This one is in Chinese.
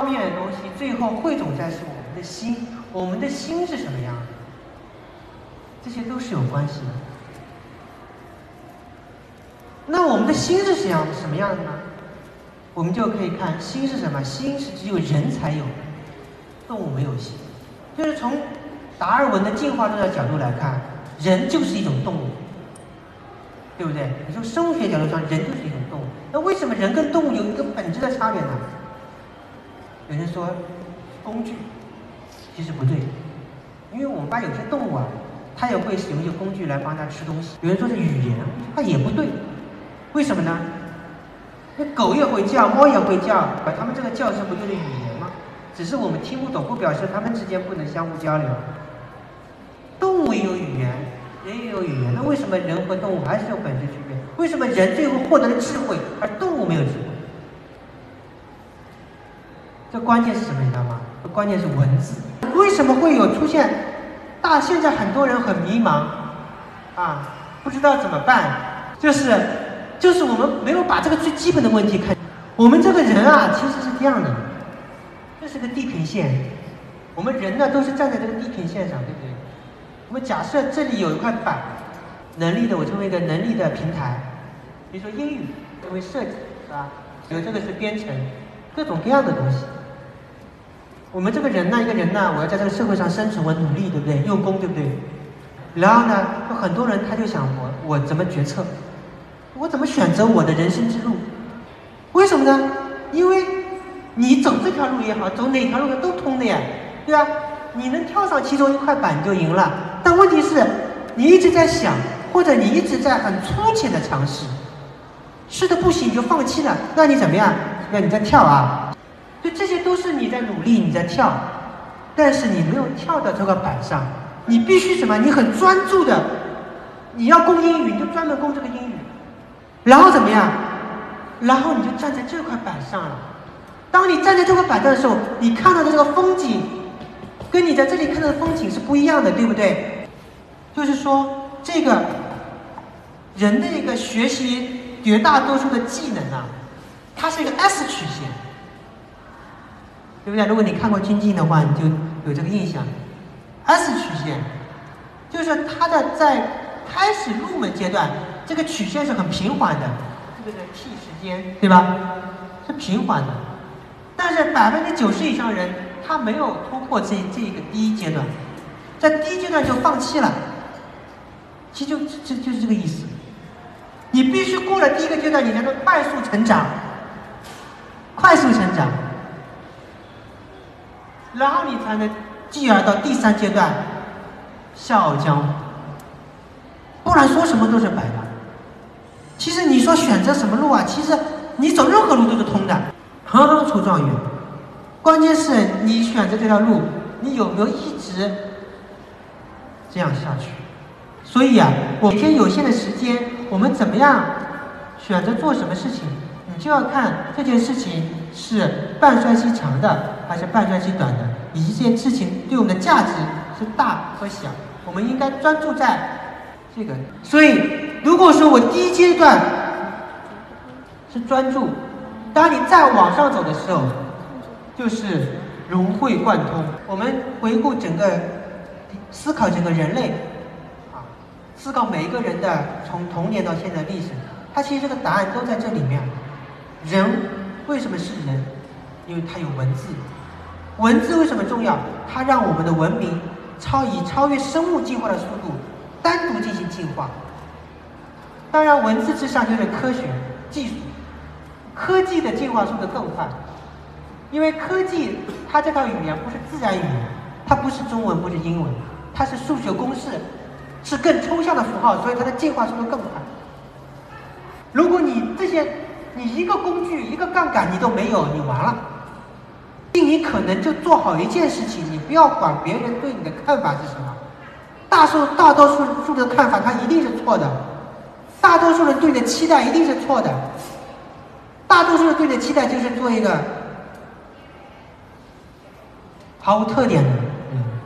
方面的东西，最后汇总在是我们的心。我们的心是什么样的？这些都是有关系的。那我们的心是什么样的呢？我们就可以看心是什么？心是只有人才有的，动物没有心。就是从达尔文的进化论的角度来看，人就是一种动物，对不对？你从生物学角度上，人就是一种动物。那为什么人跟动物有一个本质的差别呢？有人说工具，其实不对，因为我们发现有些动物啊，它也会使用一些工具来帮它吃东西。有人说是语言，它也不对，为什么呢？那狗也会叫，猫也会叫，它们这个叫声不就是语言吗？只是我们听不懂，不表示它们之间不能相互交流。动物也有语言，人也有语言，那为什么人和动物还是有本质区别？为什么人最后获得了智慧，而动物没有智慧？这关键是什么？你知道吗？关键是文字。为什么会有出现现在很多人很迷茫啊，不知道怎么办，就是我们没有把这个最基本的问题看。我们这个人啊，其实是这样的，这是个地平线，我们人呢都是站在这个地平线上，对不对？我们假设这里有一块板，能力的我称为一个能力的平台，比如说英语称为设计，是吧？有这个是编程，各种各样的东西。我们这个人呢，一个人呢，我要在这个社会上生存，我努力，对不对？用功，对不对？然后呢，有很多人他就想我怎么决策，我怎么选择我的人生之路？为什么呢？因为你走这条路也好，走哪条路都通的呀，对吧？你能跳上其中一块板你就赢了。但问题是，你一直在想，或者你一直在很粗浅的尝试，试的不行你就放弃了，那你怎么样？那你在跳啊？所以这些都是你在努力，你在跳，但是你没有跳到这个板上。你必须什么？你很专注的，你要攻英语，你就专门攻这个英语，然后怎么样？然后你就站在这块板上了。当你站在这块板上的时候，你看到的这个风景，跟你在这里看到的风景是不一样的，对不对？就是说，这个人的一个学习绝大多数的技能啊，它是一个 S 曲线。对不对？如果你看过军训的话，你就有这个印象。S 曲线就是它的在开始入门阶段，这个曲线是很平缓的，这个是 T 时间，对吧？是平缓的。但是90%以上人他没有突破这个第一阶段，在第一阶段就放弃了。其实就是这个意思。你必须过了第一个阶段，你才能快速成长，快速成长。然后你才能继而到第3阶段，笑傲江湖。不然说什么都是白的。其实你说选择什么路啊？其实你走任何路都是通的，行行出状元。关键是你选择这条路，你有没有一直这样下去？所以啊，我每天有限的时间，我们怎么样选择做什么事情，你就要看这件事情是半衰期长的还是半衰期短的，以及这件事情对我们的价值是大和小，我们应该专注在这个。所以如果说我第一阶段是专注，当你再往上走的时候，就是融会贯通。我们回顾思考整个人类啊，思考每一个人的从童年到现在的历史，它其实这个答案都在这里面。人为什么是人？因为它有文字。文字为什么重要？它让我们的文明以超越生物进化的速度单独进行进化。当然文字之上就是科学技术，科技的进化速度更快。因为科技它这套语言不是自然语言，它不是中文，不是英文，它是数学公式，是更抽象的符号，所以它的进化速度更快。如果你一个工具一个杠杆你都没有，你完了。你可能就做好一件事情，你不要管别人对你的看法是什么。大多数的看法它一定是错的，大多数人对你的期待一定是错的，大多数人对你的期待就是做一个毫无特点的人。